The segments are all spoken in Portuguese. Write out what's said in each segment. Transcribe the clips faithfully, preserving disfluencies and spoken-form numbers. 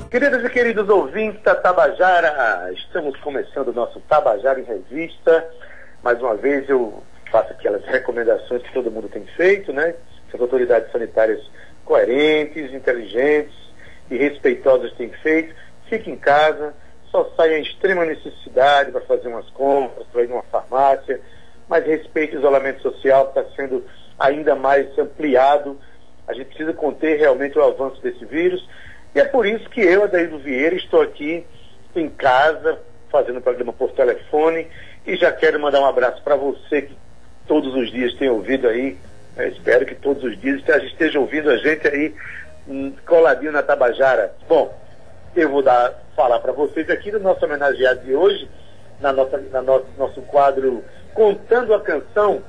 Queridos e queridos ouvintes da Tabajara, estamos começando o nosso Tabajara em Revista. Mais uma vez eu faço aquelas recomendações que todo mundo tem feito, né? Que as autoridades sanitárias coerentes, inteligentes e respeitosas têm feito. Fique em casa, só saia em extrema necessidade para fazer umas compras, para ir numa farmácia, mas respeite o isolamento social que está sendo ainda mais ampliado. A gente precisa conter realmente o avanço desse vírus. E é por isso que eu, Adaildo Vieira, estou aqui em casa, fazendo o programa por telefone, e já quero mandar um abraço para você que todos os dias tem ouvido aí, eu espero que todos os dias esteja ouvindo a gente aí, um, coladinho na Tabajara. Bom, eu vou dar, falar para vocês aqui do nosso homenageado de hoje, na nossa, na nosso, nosso quadro Contando a Canção.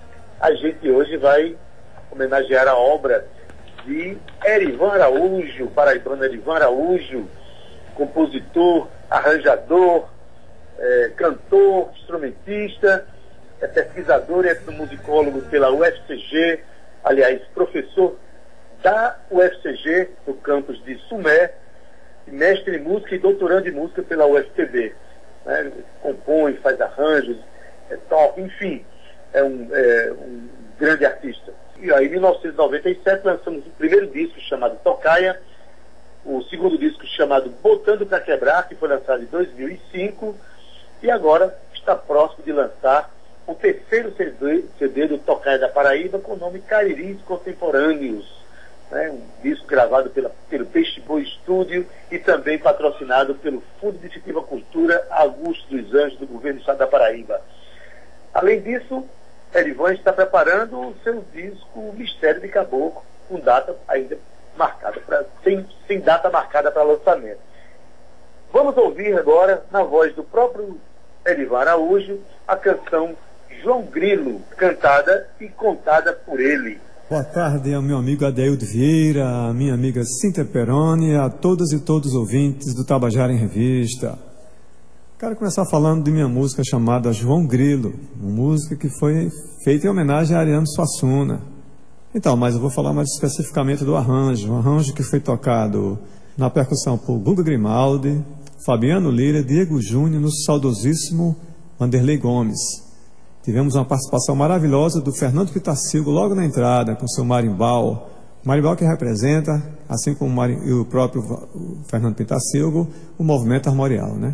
A gente hoje vai homenagear a obra de Erivan Araújo, paraibano Erivan Araújo, compositor, arranjador, é, cantor, instrumentista, é pesquisador e etnomusicólogo pela U F C G, aliás, professor da U F C G, no campus de Sumé, mestre em música e doutorando em música pela U F P B. Né? Compõe, faz arranjos, é, toca, enfim, é um, é um grande artista. E aí, em mil novecentos e noventa e sete, lançamos o primeiro disco chamado Tocaia, o segundo disco chamado Botando Pra Quebrar, que foi lançado em dois mil e cinco, e agora está próximo de lançar o terceiro C D, C D do Tocaia da Paraíba, com o nome Cariris Contemporâneos, né? Um disco gravado pela, pelo Peixe Boi Estúdio e também patrocinado pelo Fundo de Incentivo à Cultura Augusto dos Anjos, do Governo do Estado da Paraíba. Além disso, Erivan está preparando o seu disco Mistério de Caboclo, com data ainda marcada, pra, sem, sem data marcada para lançamento. Vamos ouvir agora, na voz do próprio Erivan Araújo, a canção João Grilo, cantada e contada por ele. Boa tarde ao meu amigo Adaildo Vieira, a minha amiga Cíntia Peroni, a todas e todos os ouvintes do Tabajara em Revista. Quero começar falando de minha música chamada João Grilo, uma música que foi feita em homenagem a Ariano Suassuna. Então, mas eu vou falar mais especificamente do arranjo, um arranjo que foi tocado na percussão por Guga Grimaldi, Fabiano Lira, Diego Júnior, no saudosíssimo Vanderlei Gomes. Tivemos uma participação maravilhosa do Fernando Pitacilgo logo na entrada, com seu marimbau, marimbau que representa, assim como o, Mari, o próprio o Fernando Pitacilgo, o movimento armorial, né?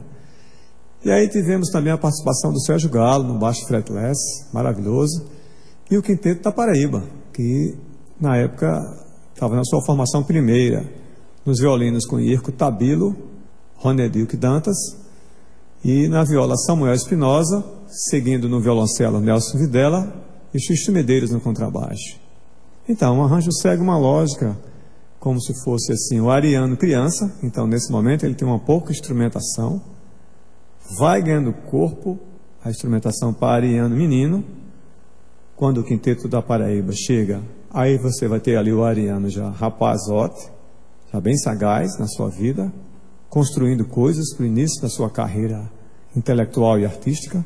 E aí tivemos também a participação do Sérgio Galo, no baixo fretless, maravilhoso, e o Quinteto da Paraíba, que na época estava na sua formação primeira, nos violinos com Irco Tabilo, Ronedilque Dantas, e na viola Samuel Espinosa, seguindo no violoncelo Nelson Videla e Xuxu Medeiros no contrabaixo. Então, o arranjo segue uma lógica, como se fosse assim, o Ariano criança, então nesse momento ele tem uma pouca instrumentação, vai ganhando corpo a instrumentação para Ariano menino. Quando o Quinteto da Paraíba chega, aí você vai ter ali o Ariano já rapazote, já bem sagaz na sua vida, construindo coisas para o início da sua carreira intelectual e artística.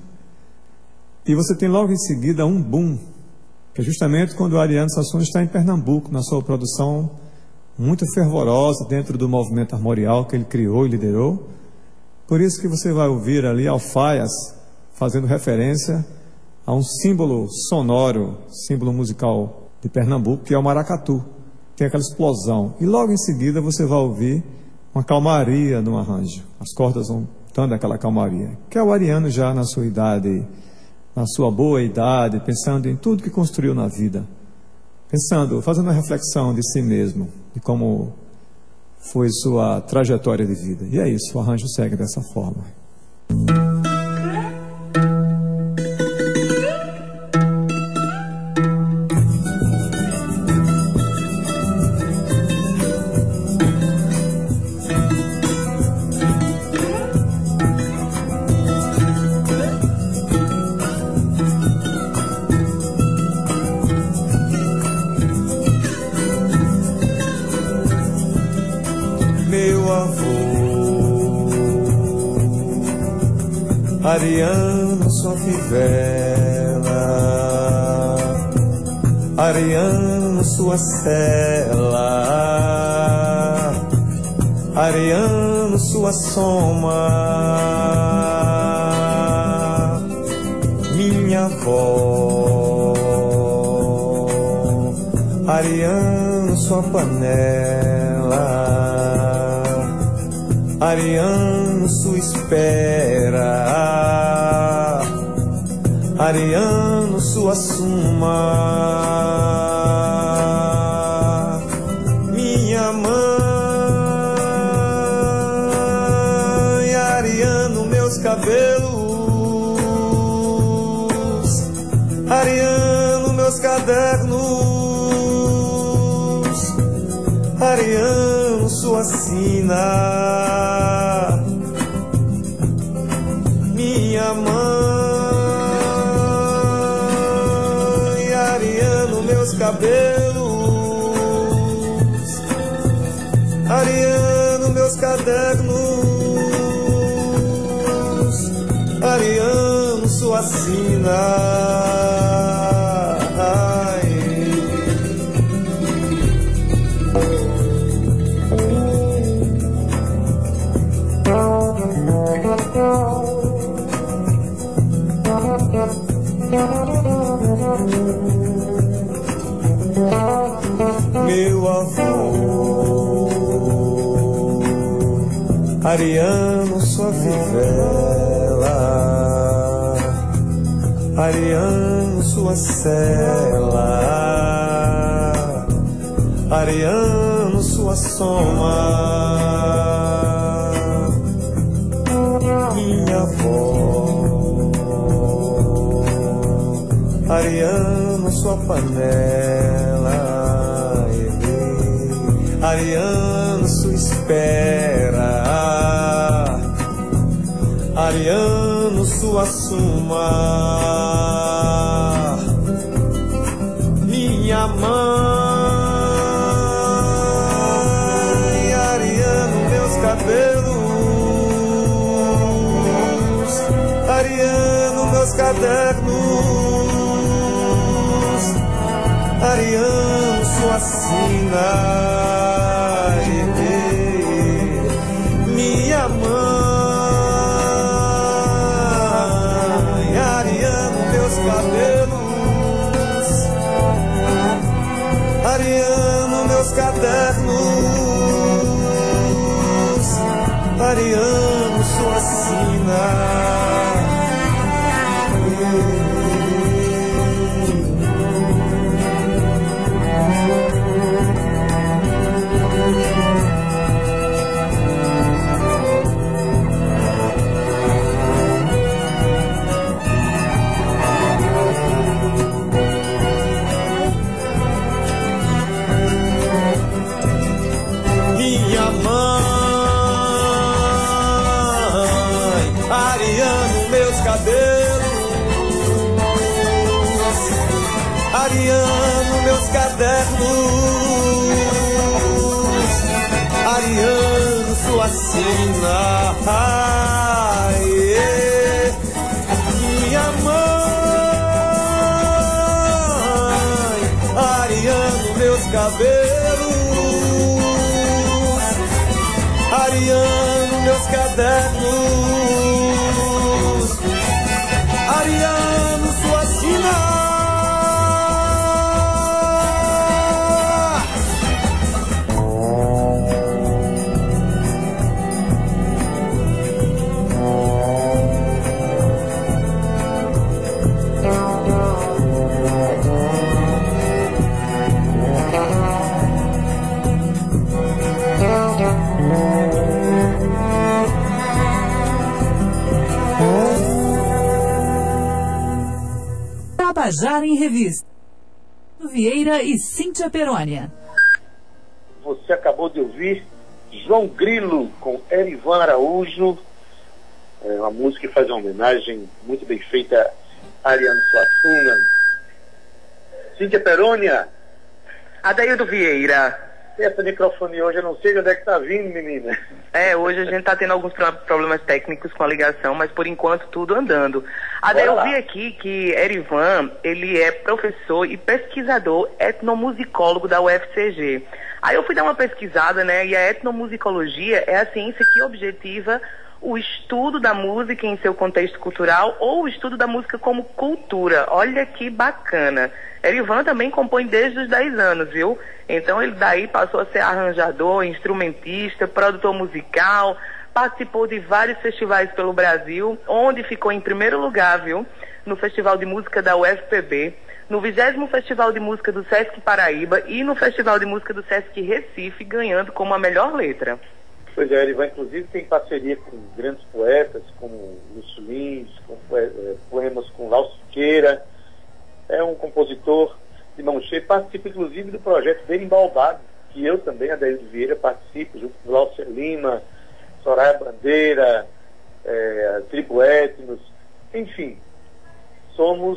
E você tem logo em seguida um boom, que é justamente quando o Ariano Suassuna está em Pernambuco, na sua produção muito fervorosa dentro do movimento armorial que ele criou e liderou. Por isso que você vai ouvir ali alfaias fazendo referência a um símbolo sonoro, símbolo musical de Pernambuco, que é o maracatu. Tem aquela explosão. E logo em seguida você vai ouvir uma calmaria no arranjo. As cordas vão dando aquela calmaria. Que é o Ariano já na sua idade, na sua boa idade, pensando em tudo que construiu na vida. Pensando, fazendo uma reflexão de si mesmo, de como foi sua trajetória de vida. E é isso, o arranjo segue dessa forma. Ariano, sua fivela, Ariano, sua cela, Ariano, sua soma, minha avó. Ariano, sua panela, Ariano, sua espera, Ariano, sua suma, minha mãe. Ariano, meus cabelos, Ariano, meus cadernos, Ariano, sua sina, minha mãe. Ariano, meus cabelos, Ariano, meus cadernos, Ariano, sua sina. Meu avô, Ariano, sua fivela, Ariano, sua cela, Ariano, sua soma, minha avó. Ariano, sua panela, Ariano, sua espera, Ariano, sua suma, minha mãe. Ariano, meus cabelos, Ariano, meus cadernos, Ariano, sua sina, minha mãe. Ariano, meus cabelos, Ariano, meus cadernos, Ariano, sua sina. Minha mãe, Ariano, meus cabelos, Ariano, meus cadernos, Ariano, sua sina. Minha mãe, Ariano, meus cabelos, Ariano, meus cadernos, Ariano, sua sina. Tabajara em Revista. Vieira e Cíntia Perônia. Você acabou de ouvir João Grilo com Erivan Araújo, é uma música que faz uma homenagem muito bem feita a Ariano Suassuna. Cíntia Perônia. Adaildo Vieira, Essa microfone hoje eu não sei de onde é que tá vindo, menina. É, hoje a gente tá tendo alguns pro- problemas técnicos com a ligação, mas por enquanto tudo andando. Até eu vi aqui que Erivan, ele é professor e pesquisador etnomusicólogo da U F C G. Aí eu fui dar uma pesquisada, né, e a etnomusicologia é a ciência que objetiva o estudo da música em seu contexto cultural ou o estudo da música como cultura. Olha que bacana. Erivan também compõe desde os dez anos, viu? Então ele daí passou a ser arranjador, instrumentista, produtor musical, participou de vários festivais pelo Brasil, onde ficou em primeiro lugar, viu? No Festival de Música da U F P B, no vigésimo Festival de Música do Sesc Paraíba e no Festival de Música do Sesc Recife, ganhando como a melhor letra. Pois é, ele vai, inclusive, tem parceria com grandes poetas, como Lúcio Lins, com poemas com Lau Siqueira. É um compositor de mão cheia, participa, inclusive, do projeto Berimbaubado, que eu também, Adaildo Vieira, participo, junto com Glaucia Lima, Soraya Bandeira, é, a Tribo Etnos, enfim. Somos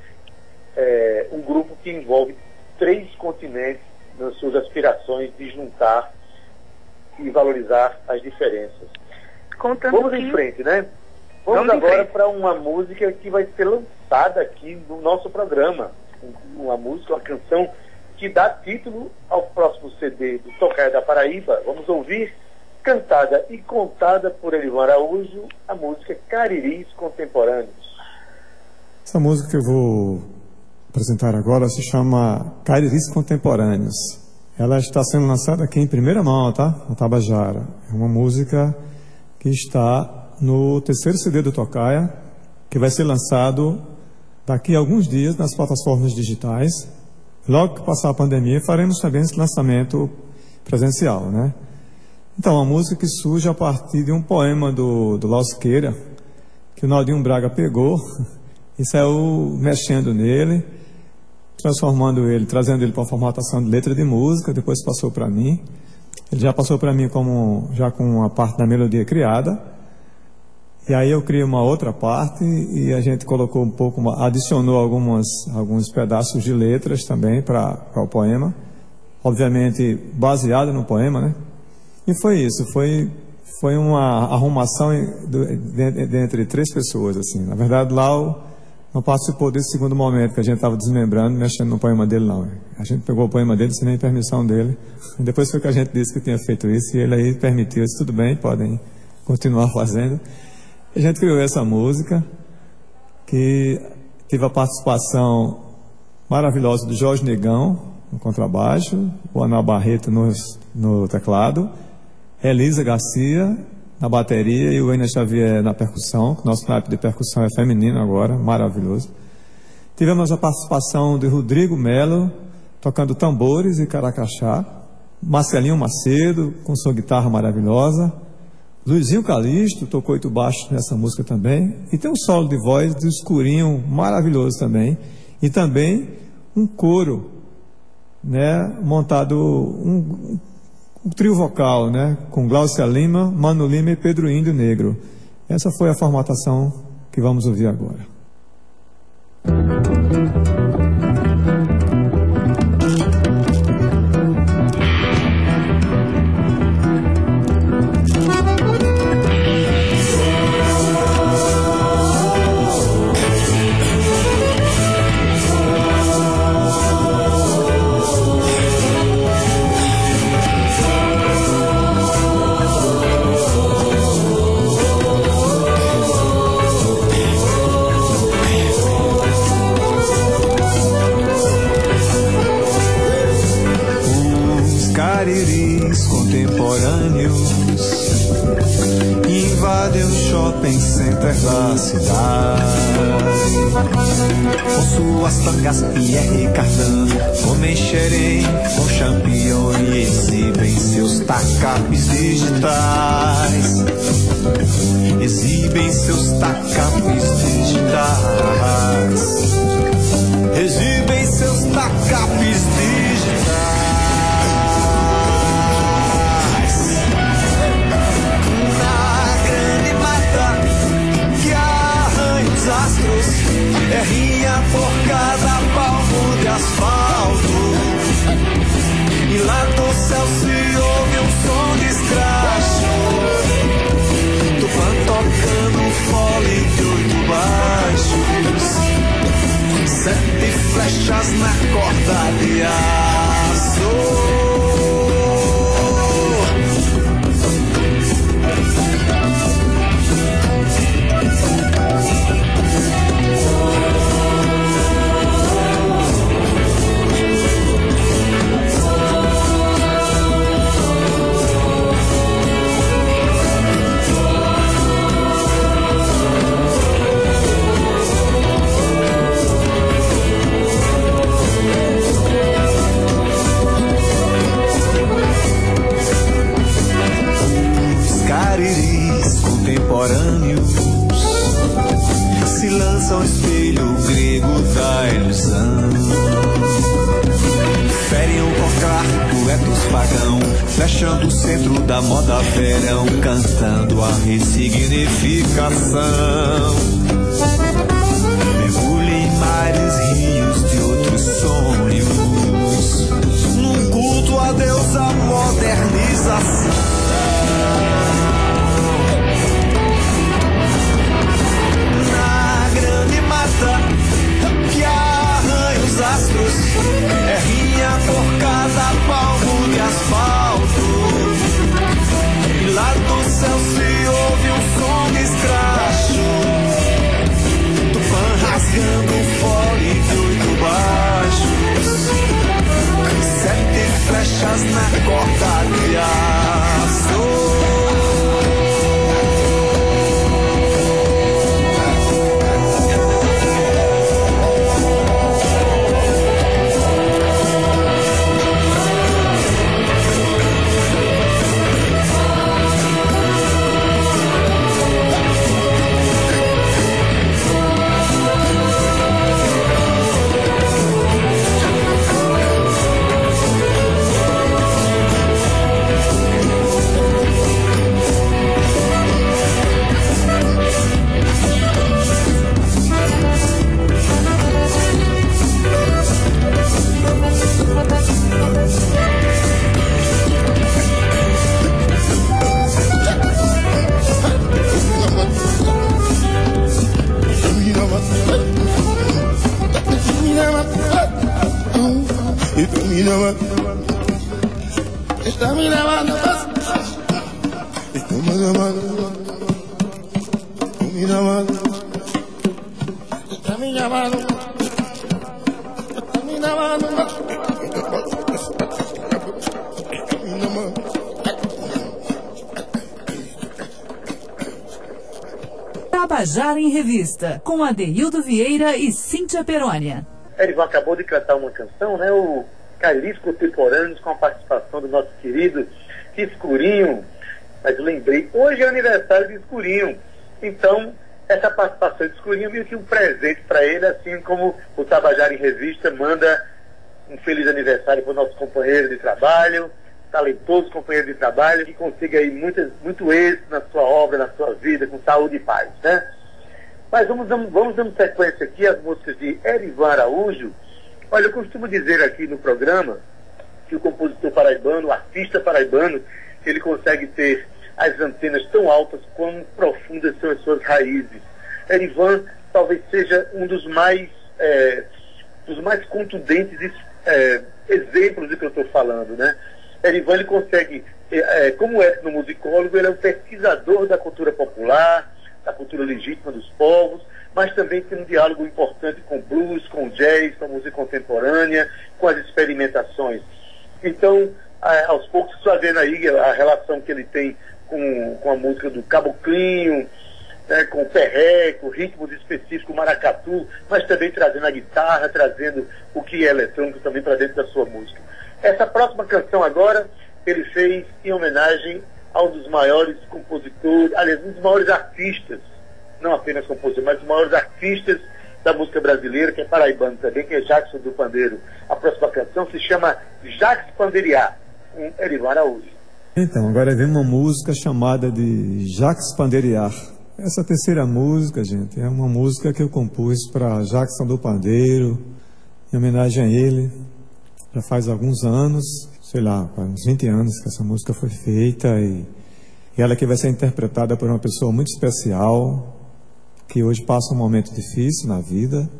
é, um grupo que envolve três continentes nas suas aspirações de juntar e valorizar as diferenças. Contando Vamos que... em frente, né? Vamos, Vamos agora para uma música que vai ser lançada aqui no nosso programa. Uma música, uma canção que dá título ao próximo C D do Tocaia da Paraíba. Vamos ouvir, cantada e contada por Erivan Araújo, a música Cariris Contemporâneos. Essa música que eu vou apresentar agora se chama Cariris Contemporâneos. Ela está sendo lançada aqui em primeira mão, tá? Na Tabajara. É uma música que está no terceiro C D do Tocaia, que vai ser lançado daqui a alguns dias nas plataformas digitais. Logo que passar a pandemia, faremos também esse lançamento presencial, né? Então, uma música que surge a partir de um poema do, do Lau Siqueira, que o Naldinho Braga pegou e saiu mexendo nele, transformando ele, trazendo ele para uma formatação de letra de música, depois passou para mim. Ele já passou para mim como, já com a parte da melodia criada, e aí eu criei uma outra parte e a gente colocou um pouco, adicionou algumas, alguns pedaços de letras também para o poema, obviamente baseado no poema, né? E foi isso, foi, foi uma arrumação entre três pessoas, assim. Na verdade, Lau não participou desse segundo momento que a gente estava desmembrando, mexendo no poema dele, não. A gente pegou o poema dele sem nem permissão dele. E depois foi que a gente disse que tinha feito isso, e ele aí permitiu, disse, tudo bem, podem continuar fazendo. A gente criou essa música, que teve a participação maravilhosa do Jorge Negão, no contrabaixo, o Ana Barreto no, no teclado, Elisa Garcia na bateria e o Ener Xavier na percussão. Nosso naipe de percussão é feminino agora, maravilhoso. Tivemos a participação de Rodrigo Melo tocando tambores e caracaxá, Marcelinho Macedo com sua guitarra maravilhosa, Luizinho Calixto tocou oito baixos nessa música também, e tem um solo de voz do Escurinho maravilhoso também, e também um coro, né, montado um, um trio vocal, né, com Glaucia Lima, Mano Lima e Pedro Índio Negro. Essa foi a formatação que vamos ouvir agora. Invadem o shopping center da cidade, com suas tangas Pierre Cardin, comem xerém com champignon e exibem seus tacapes digitais. Exibem seus tacapes digitais. Exibem seus tacapes digitais. É rinha por cada palmo de asfalto, e lá do céu flechas na corda de aço. Contemporâneos se lança ao espelho grego da ilusão, ferem o cocar poetas pagão, flechando o centro da moda verão, cantando a ressignificação. Mergulhe em mares, rios de outros sonhos, num culto a Deus, a modernização. Que arranha os astros, é rinha por cada palmo de asfalto, e lá do céu se ouve um som de escracho, Tupã rasgando o fole de oito baixos, sete flechas na corda de aço. Está me llamando, está me llamando, me llamando, está me llamando, está me llamando, Tabajara em Revista, com Adeildo Vieira e Cíntia Perônia. Erivan acabou de cantar uma canção, né? O Cailis Contemporâneos, com a participação do nosso querido Escurinho. Mas eu lembrei, hoje é aniversário de Escurinho. Então, essa participação de Escurinho é meio que um presente para ele, assim como o Tabajara em Revista manda um feliz aniversário para o nosso companheiro de trabalho, talentoso companheiro de trabalho, que consiga aí muitas, muito êxito na sua obra, na sua vida, com saúde e paz, né? Mas vamos, vamos dando sequência aqui às músicas de Erivan Araújo. Olha, eu costumo dizer aqui no programa que o compositor paraibano, o artista paraibano, ele consegue ter as antenas tão altas quão profundas são as suas raízes. Erivan talvez seja um dos mais, é, dos mais contundentes é, exemplos do que eu estou falando, né? Erivan, ele consegue, é, como etnomusicólogo, ele é um pesquisador da cultura popular, da cultura legítima dos povos, mas também tem um diálogo importante com blues, com jazz, com a música contemporânea, com as experimentações. Então, a, aos poucos, você está vendo aí a relação que ele tem com, com a música do caboclinho, né, com o perreco, ritmos específicos, maracatu, mas também trazendo a guitarra, trazendo o que é eletrônico também para dentro da sua música. Essa próxima canção agora, ele fez em homenagem a um dos maiores compositores, aliás, um dos maiores artistas, não apenas compositor, mas os maiores artistas da música brasileira, que é paraibano também, que é Jackson do Pandeiro. A próxima canção se chama Jacques Panderiá, com Erivan Araújo. Então, agora vem uma música chamada de Jacques Panderiá. Essa terceira música, gente, é uma música que eu compus para Jackson do Pandeiro, em homenagem a ele. Já faz alguns anos, sei lá, uns vinte anos que essa música foi feita, e, e ela que vai ser interpretada por uma pessoa muito especial, que hoje passa um momento difícil na vida,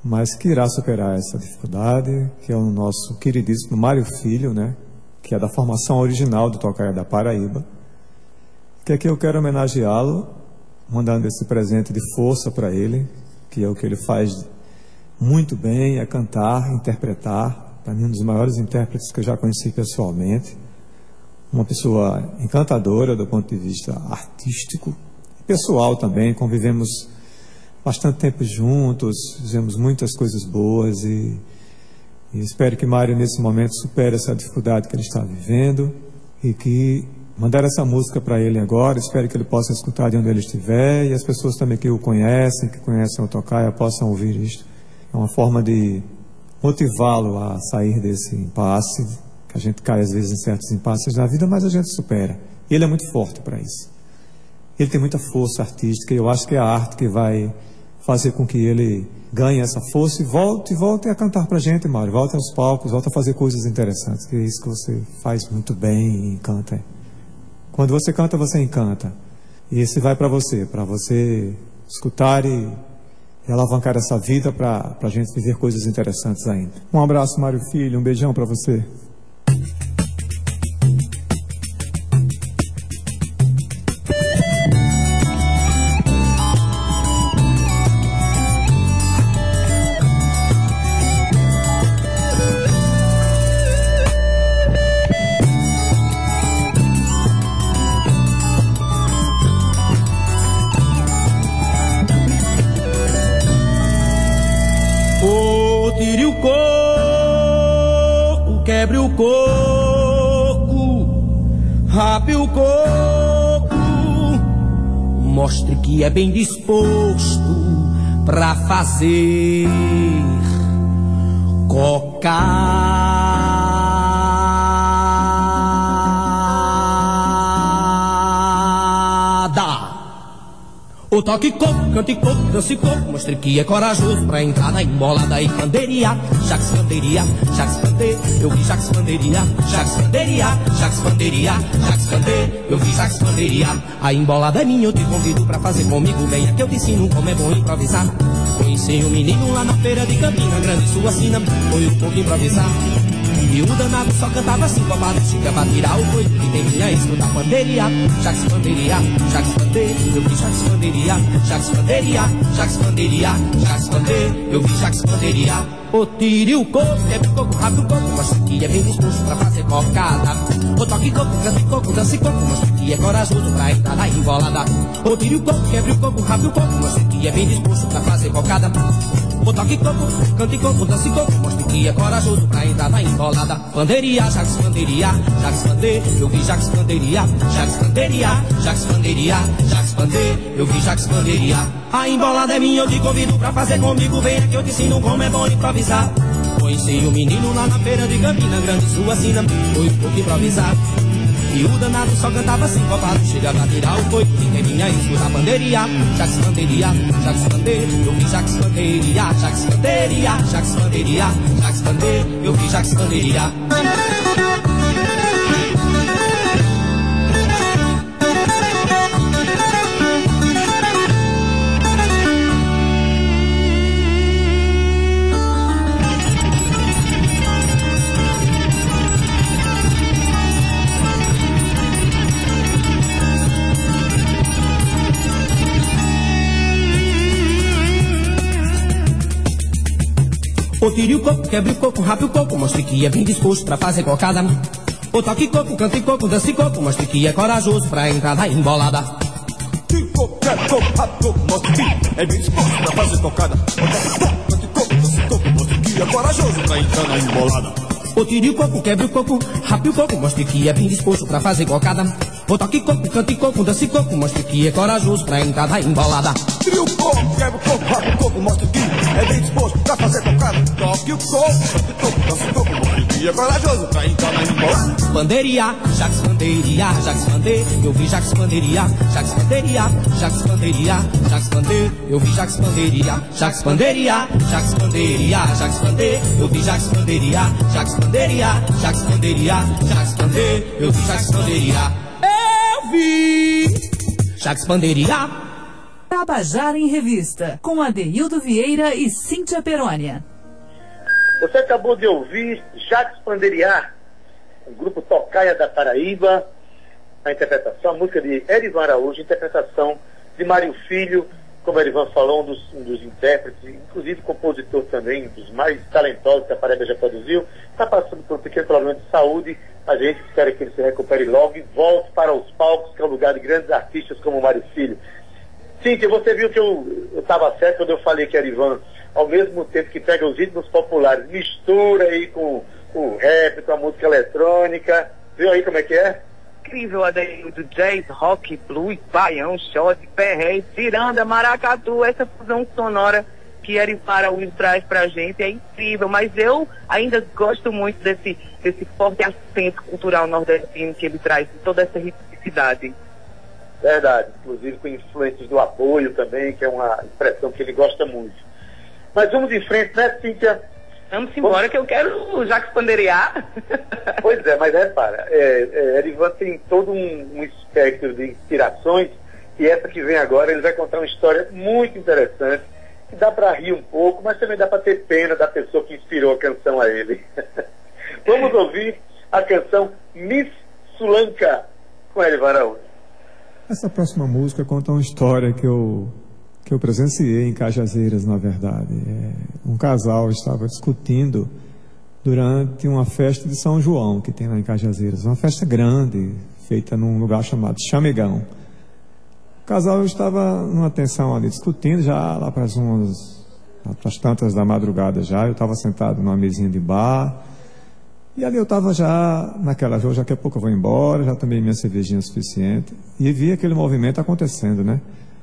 mas que irá superar essa dificuldade, que é o nosso queridíssimo Mário Filho, né? Que é da formação original do Tocaia da Paraíba, que aqui eu quero homenageá-lo, mandando esse presente de força para ele, que é o que ele faz muito bem, é cantar, interpretar. Para mim, um dos maiores intérpretes que eu já conheci pessoalmente, uma pessoa encantadora do ponto de vista artístico, pessoal também. Convivemos bastante tempo juntos, fizemos muitas coisas boas e, e espero que Mário nesse momento supere essa dificuldade que ele está vivendo e que mandar essa música para ele agora, espero que ele possa escutar de onde ele estiver e as pessoas também que o conhecem, que conhecem o Tocaia, possam ouvir isto. É uma forma de motivá-lo a sair desse impasse, que a gente cai às vezes em certos impasses na vida, mas a gente supera. E ele é muito forte para isso. Ele tem muita força artística e eu acho que é a arte que vai fazer com que ele ganhe essa força e volte, volte a cantar pra gente, Mário. Volte aos palcos, volte a fazer coisas interessantes, que é isso que você faz muito bem e encanta. Quando você canta, você encanta. E esse vai para você, para você escutar e, e alavancar essa vida para a gente viver coisas interessantes ainda. Um abraço, Mário Filho, um beijão para você. Tire o coco, quebre o coco, rape o coco, mostre que é bem disposto pra fazer cocada. O toque coco, cante coco, dance coco, mostre que é corajoso pra entrar na embolada e bandeiria. Jax bandeiria, Jax bandeira, eu vi Jax bandeiria, Jax bandeiria, Jax bandeiria, Jax bandeira, eu vi Jax bandeiria. A embolada é minha, eu te convido pra fazer comigo, venha que eu te ensino como é bom improvisar. Conheci um menino lá na feira de Campina Grande, sua sina, foi um pouco improvisar. E o danado só cantava assim, copado, chega pra tirar o coito que tem minha escuta bandeiria. Jax bandeiria, Jax bandeira, eu vi Jax bandeiria, Jax bandeiria, Jax bandeiria, Jax bandeira, eu vi Jax bandeiria. O tire o coco, quebre o coco, rabe o coco, mostra que é bem disposto pra fazer cocada. O toque coco, cante coco, dance coco, mostra que é corajoso pra entrar na embolada. O tire o coco, quebre o coco, rabe o coco, mostra que é bem disposto pra fazer cocada. O toque coco, cante coco, dance coco, mostra que é corajoso pra entrar na embolada. Bandeiria, Jax bandeiria, Jax bandeira, eu vi Jax bandeiria, Jax bandeiria, Jax bandeiria, Jax bandeira, eu vi Jax bandeiria. A embolada é minha, eu te convido pra fazer comigo, venha que eu te ensino como é bom improvisar. Conheci um menino lá na feira de Campina Grande, sua sina, foi um pouco improvisar. E o danado só cantava assim, copado, chegava a tirar o coito, ninguém vinha escutar bandeiria. Jax bandeiria, Jax bandeira, eu vi Jax bandeiria, Jax bandeiria, Jax bandeiria, Jax bandeira, eu vi Jax bandeiria. O tire o coco, quebre o coco, rape o coco, mostre que é bem disposto pra fazer cocada. O toque coco, cante coco, dance coco, mostre que é corajoso pra entrar na embolada. Tire o coco, quebre o coco, rape o coco, mostre que é bem disposto pra fazer cocada. O toque coco, cante coco, dance coco, mostre que é corajoso pra entrar na embolada. O tire o coco, quebre o coco, rape o coco, mostre que é bem disposto pra fazer cocada. O toque coco, cante coco, dance coco, mostre que é corajoso pra entrar na embolada. Tire o coco, quebra o coco, rape o coco, mostre que é bem disposto pra fazer cocada. Toque o coco, cante coco, dance coco, mostre que é corajoso pra entrar na embolada. Bandeiria, Jax bandeiria, Jax bandeira, eu vi Jax bandeiria, Jax bandeiria, Jax bandeiria, Jax bandeira, eu vi Jax bandeiria, Jax bandeiria, Jax bandeiria, Jax bandeira, eu vi Jax bandeiria, Jax bandeiria, Jax bandeiria, Jax bandeira, eu vi Jax bandeiria. Eu vi Jax bandeiria. Tabajara em Revista, com Adeildo Vieira e Cíntia Perônia. Você acabou de ouvir Jacques Panderiá, o grupo Tocaia da Paraíba, a interpretação, a música de Erivan Araújo, interpretação de Mário Filho, como Erivan falou, um dos, um dos intérpretes, inclusive compositor também, um dos mais talentosos que a Paraíba já produziu, está passando por um pequeno problema de saúde. A gente espera que ele se recupere logo e volte para os palcos, que é o lugar de grandes artistas como Mário Filho. Cíntia, você viu que eu estava certo quando eu falei que Erivan, ao mesmo tempo que pega os ritmos populares, mistura aí com o rap, com a música eletrônica. Viu aí como é que é? Incrível, Adeildo, jazz, rock, blues, baião, shot, perré, ciranda, maracatu, essa fusão sonora que Erivan Araújo traz pra gente é incrível, mas eu ainda gosto muito desse, desse forte acento cultural nordestino que ele traz, toda essa ritmicidade. Verdade, inclusive com influências do apoio também, que é uma expressão que ele gosta muito. Mas vamos em frente, né, Cíntia? Vamos embora, vamos... que eu quero o Jacques Panderiá. Pois é, mas repara, é, é, Erivan tem todo um, um espectro de inspirações, e essa que vem agora, ele vai contar uma história muito interessante, que dá para rir um pouco, mas também dá para ter pena da pessoa que inspirou a canção a ele. Vamos ouvir a canção Miss Sulanca, com Erivan Araújo. Essa próxima música conta uma história que eu, que eu presenciei em Cajazeiras, na verdade. É, um casal estava discutindo durante uma festa de São João, que tem lá em Cajazeiras. Uma festa grande, feita num lugar chamado Chamegão. O casal estava numa tensão ali, discutindo, já lá para as umas, para as tantas da madrugada já. Eu estava sentado numa mesinha de bar. E ali eu estava já naquela, já daqui a pouco eu vou embora, já tomei minha cervejinha suficiente, e vi aquele movimento acontecendo, né?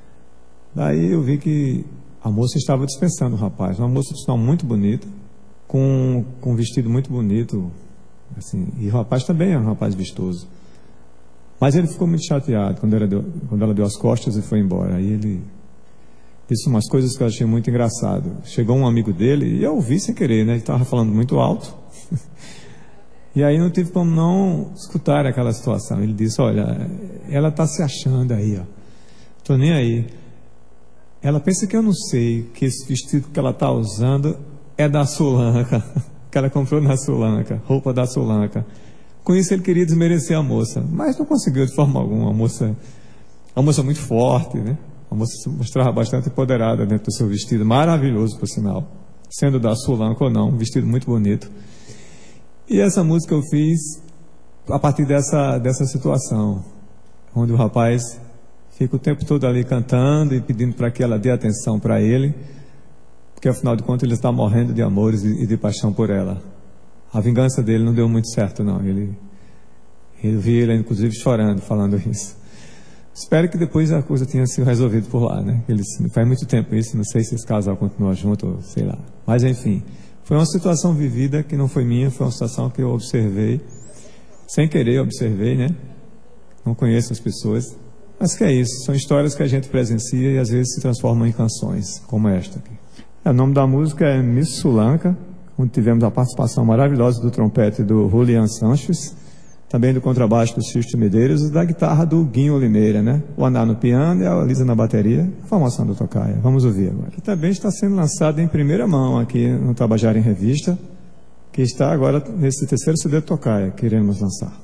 Daí eu vi que a moça estava dispensando o rapaz, uma moça de sinal muito bonita, com, com um vestido muito bonito, assim, e o rapaz também era um rapaz vistoso. Mas ele ficou muito chateado quando ela deu, quando ela deu as costas e foi embora. Aí ele disse umas coisas que eu achei muito engraçado. Chegou um amigo dele, e eu ouvi sem querer, né? Ele estava falando muito alto. E aí não tive como não escutar aquela situação. Ele disse, olha, ela está se achando aí, ó. Tô nem aí. Ela pensa que eu não sei que esse vestido que ela está usando é da Sulanca, que ela comprou na Sulanca, roupa da Sulanca. Com isso ele queria desmerecer a moça, mas não conseguiu de forma alguma. A moça, uma moça muito forte, né? A moça se mostrava bastante empoderada dentro do seu vestido, maravilhoso por sinal, sendo da Sulanca ou não, um vestido muito bonito. E essa música eu fiz a partir dessa, dessa situação, onde o rapaz fica o tempo todo ali cantando e pedindo para que ela dê atenção para ele, porque afinal de contas ele está morrendo de amores e de paixão por ela. A vingança dele não deu muito certo não, ele, eu vi ele inclusive chorando, falando isso. Espero que depois a coisa tenha sido resolvida por lá, né? Eles, faz muito tempo isso, não sei se esse casal continua junto, ou sei lá, mas enfim. Foi uma situação vivida que não foi minha, foi uma situação que eu observei, sem querer observei, né? Não conheço as pessoas, mas que é isso, são histórias que a gente presencia e às vezes se transformam em canções, como esta aqui. É, o nome da música é Miss Sulanca, onde tivemos a participação maravilhosa do trompete do Julian Sanches, também do contrabaixo do Cício Medeiros e da guitarra do Guinho Oliveira, né? O Andar no piano e a Lisa na bateria, a formação do Tocaia. Vamos ouvir agora. Que também está sendo lançado em primeira mão aqui no Tabajara em Revista, que está agora nesse terceiro C D do Tocaia que iremos lançar.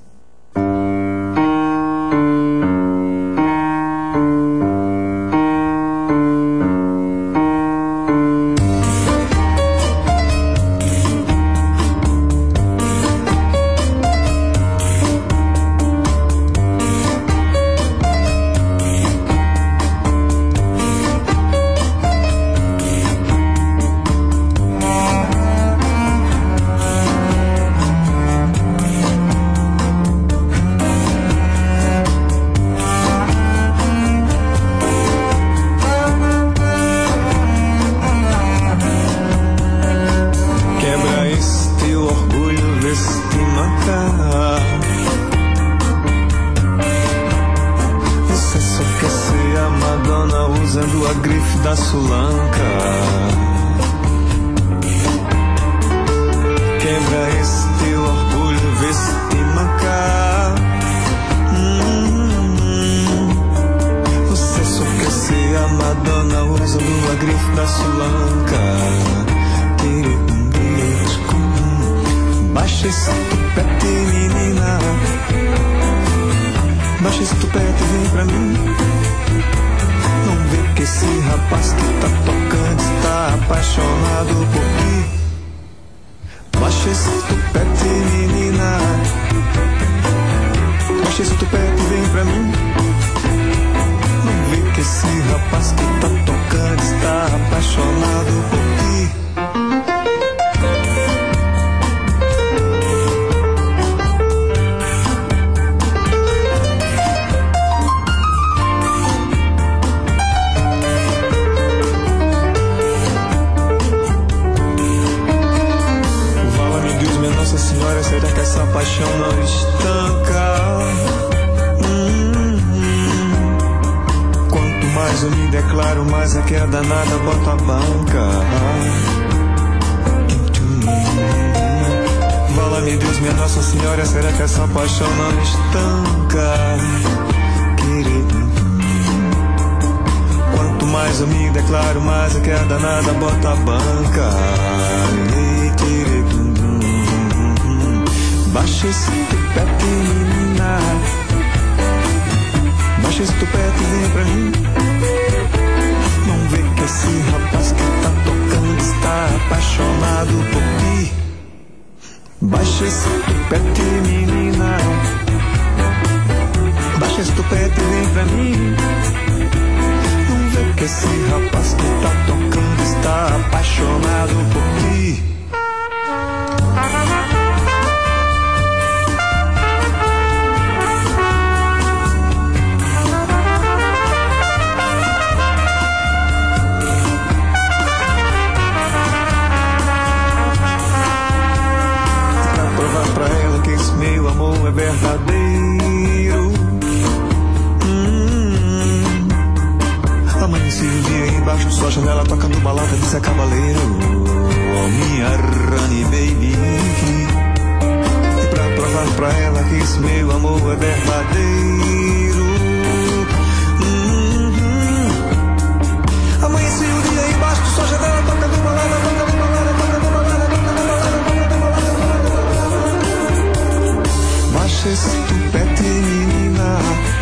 Baixa esse tupete, menina. Baixa esse tupete e vem pra mim. Não vê que esse rapaz que tá tocando está apaixonado por ti. Baixa esse tupete, menina. Baixa esse tupete e vem pra mim. Não vê que esse rapaz que tá tocando está apaixonado por ti. Nossa Senhora, será que essa paixão não estanca? Hum, hum. Quanto mais eu me declaro, mais é que a danada bota a banca. Fala-me Deus, minha Nossa Senhora, será que essa paixão não estanca? Querido, quanto mais eu me declaro, mais é que a danada bota a banca. Querido, baixa esse tupete, menina. Baixa esse tupete e vem pra mim. Não vê que esse rapaz que tá tocando está apaixonado por ti. Baixa esse tupete, menina. Baixa esse tupete e vem pra mim. Não vê que esse rapaz que tá tocando está apaixonado por ti. Pra ela que esse meu amor é verdadeiro. Hum, amanheci o dia embaixo de sua janela tocando balada de Zé Cabaleiro. Oh, minha honey baby. E pra provar pra ela que esse meu amor é verdadeiro. Hum, hum, amanheci o dia embaixo de sua janela tocando balada, tocando balada, tocando balada, tocando balada. Baixa esse tupete, menina.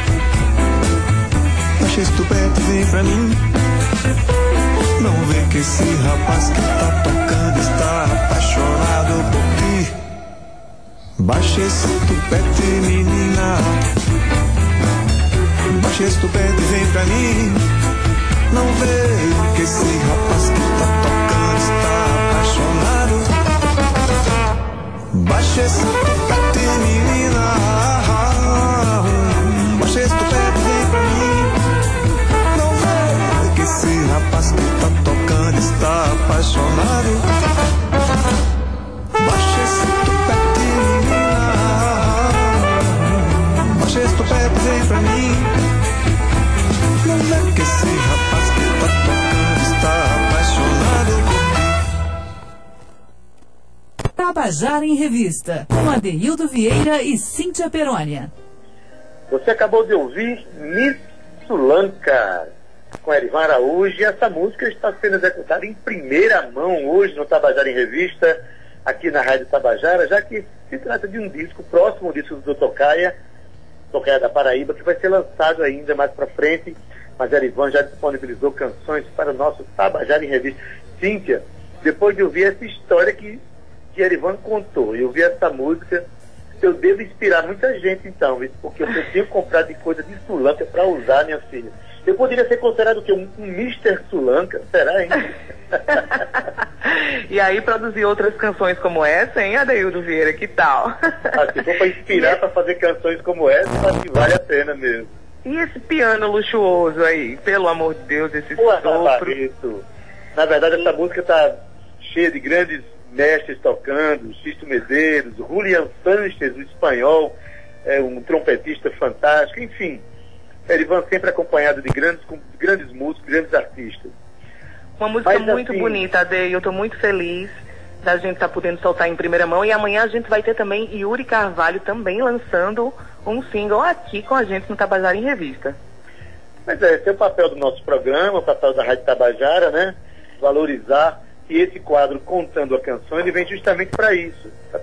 Baixa esse tupete e vem pra mim. Não vê que esse rapaz que tá tocando está apaixonado por ti. Baixa esse tupete, menina. Baixa esse tupete e vem pra mim. Não vê que esse rapaz que tá tocando está apaixonado. Baixa esse tupete, menina. Baixa esse tupete e vem pra mim. Não vê que esse rapaz que tá tocando está apaixonado. Baixa esse tupete, menina. Baixa esse tupete e vem pra mim. Não vê que esse rapaz que tá tocando está apaixonado. Tabajara em Revista, com Adeildo Vieira e Cíntia Perônia. Você acabou de ouvir Miss Sulanca, com Erivan Araújo, e essa música está sendo executada em primeira mão hoje no Tabajara em Revista, aqui na Rádio Tabajara, já que se trata de um disco, próximo disco do Tocaia, Tocaia da Paraíba, que vai ser lançado ainda mais para frente, mas Erivan já disponibilizou canções para o nosso Tabajara em Revista. Cíntia, depois de ouvir essa história que que Erivan contou, e ouvir essa música, eu devo inspirar muita gente então, porque eu tenho comprado de coisa de Sulanca para usar, minha filha. Eu poderia ser considerado o quê? Um, um mister Sulanca? Será, hein? E aí produzir outras canções como essa, hein, Adeildo Vieira? Que tal? Ah, se for para inspirar para fazer canções como essa, acho que vale a pena mesmo. E esse piano luxuoso aí? Pelo amor de Deus, esse Pô, sopro. Isso. Na verdade, essa música está cheia de grandes mestres tocando, Sisto Medeiros, Julian Sanches, o espanhol, é um trompetista fantástico, enfim. Erivan sempre acompanhado de grandes, grandes músicos, grandes artistas. Uma música Mas, muito assim, bonita, Ade, eu estou muito feliz da gente estar tá podendo soltar em primeira mão, e amanhã a gente vai ter também Yuri Carvalho também lançando um single aqui com a gente no Tabajara em Revista. Mas é, esse é o papel do nosso programa, o papel da Rádio Tabajara, né? Valorizar. E esse quadro Contando a Canção, ele vem justamente para isso, para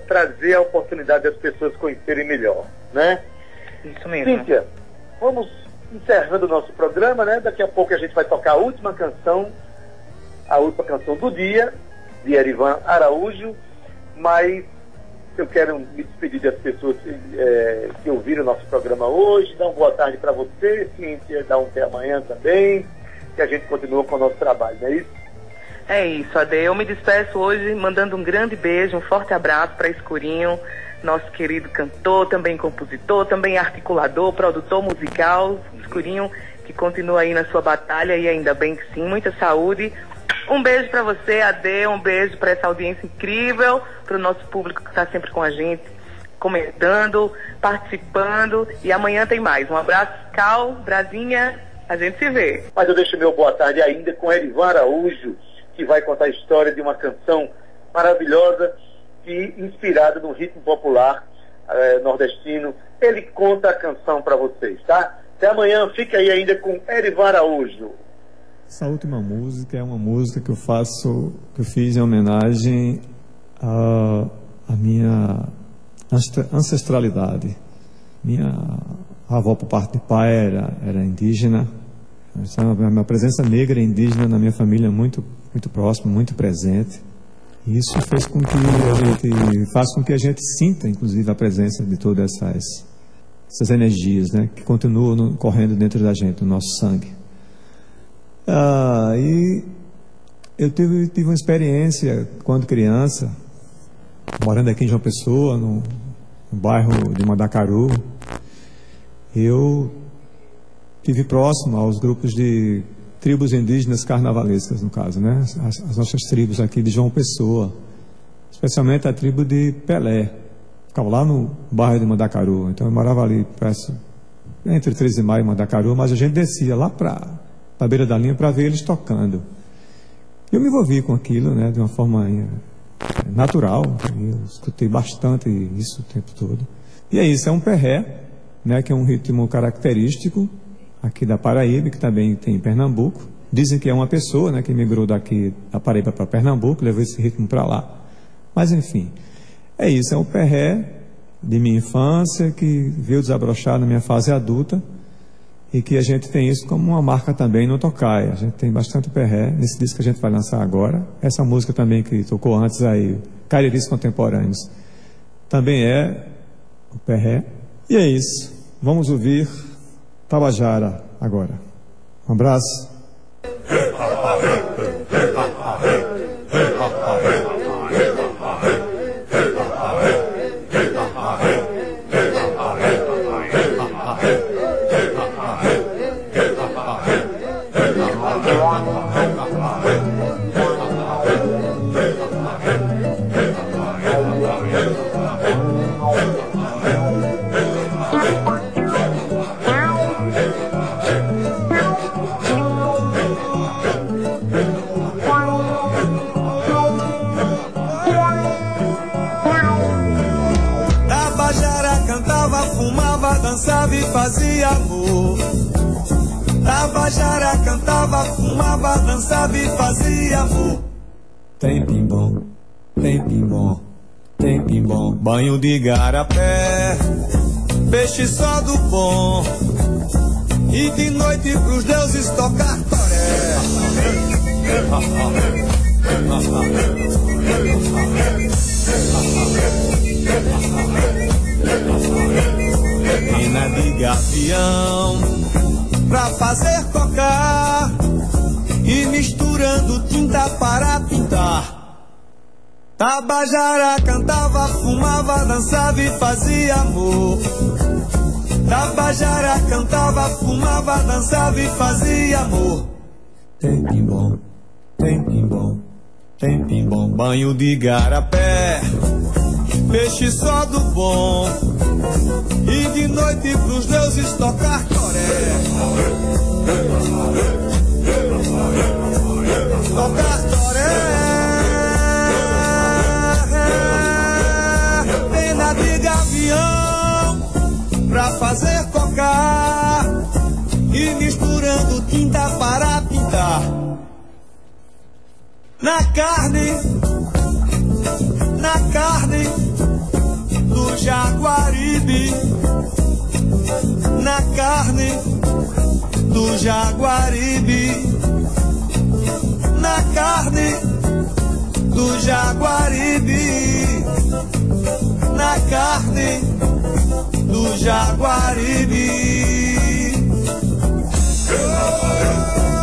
trazer a oportunidade das pessoas conhecerem melhor, né? Isso mesmo. Cíntia, vamos encerrando o nosso programa, né? Daqui a pouco a gente vai tocar a última canção, a última canção do dia, de Erivan Araújo, mas eu quero me despedir das pessoas é, que ouviram o nosso programa hoje, dar uma boa tarde para você, Cíntia, dar um até amanhã também, que a gente continua com o nosso trabalho, não é isso? É isso, Ade. Eu me despeço hoje mandando um grande beijo, um forte abraço para Escurinho, nosso querido cantor, também compositor, também articulador, produtor musical, Escurinho, que continua aí na sua batalha, e ainda bem que sim, muita saúde. Um beijo para você, Ade, um beijo para essa audiência incrível, para o nosso público que está sempre com a gente, comentando, participando, e amanhã tem mais. Um abraço, Cal, Brasinha, a gente se vê. Mas eu deixo meu boa tarde ainda com Erivan Araújo, que vai contar a história de uma canção maravilhosa, que, inspirada no ritmo popular eh, nordestino. Ele conta a canção para vocês, tá? Até amanhã, fica aí ainda com Erivan Araújo. Essa última música é uma música que eu faço, que eu fiz em homenagem à, à minha ancestralidade. Minha avó, por parte de pai, era, era indígena. A minha presença negra e indígena na minha família é muito, muito próxima, muito presente. E isso fez com que a gente, faz com que a gente sinta, inclusive, a presença de todas essas, essas energias, né, que continuam no, correndo dentro da gente, no nosso sangue. Ah, e eu tive, tive uma experiência quando criança, morando aqui em João Pessoa, no, no bairro de Mandacaru. Eu estive próximo aos grupos de tribos indígenas carnavalescas, no caso, né? As, as nossas tribos aqui de João Pessoa, especialmente a tribo de Pelé. Ficava lá no bairro de Mandacaru. Então eu morava ali, parece, entre treze de maio e Mandacaru, mas a gente descia lá para a beira da linha para ver eles tocando. Eu me envolvi com aquilo, né, de uma forma é, natural. Eu escutei bastante isso o tempo todo. E é isso, é um perré, né, que é um ritmo característico aqui da Paraíba, que também tem em Pernambuco. Dizem que é uma pessoa, né, que migrou daqui da Paraíba para Pernambuco, levou esse ritmo para lá. Mas enfim, é isso, é um perré de minha infância que veio desabrochar na minha fase adulta e que a gente tem isso como uma marca também no Tocaia. A gente tem bastante perré nesse disco que a gente vai lançar agora. Essa música também que tocou antes aí, Cariris Contemporâneos, também é o perré. E é isso, vamos ouvir Tabajara agora. Um abraço. Dançava e fazia amor. Tabajara cantava, fumava, dançava e fazia amor. Tem pimbom, tem pimbom, tem pimbom. Banho de garapé, peixe só do bom. E de noite pros deuses tocar toré. Pena de gavião pra fazer cocar e misturando tinta para pintar. Tabajara cantava, fumava, dançava e fazia amor. Tabajara cantava, fumava, dançava e fazia amor. Tem pimbom, tem pimbom, tem pimbom. Banho de garapé, peixe só do bom. E de noite pros deuses tocar toré. Tocar toré. Pena de gavião pra fazer cocar e misturando tinta para pintar. Na carne, na carne carne do Jaguaribe, na carne do Jaguaribe, na carne do Jaguaribe.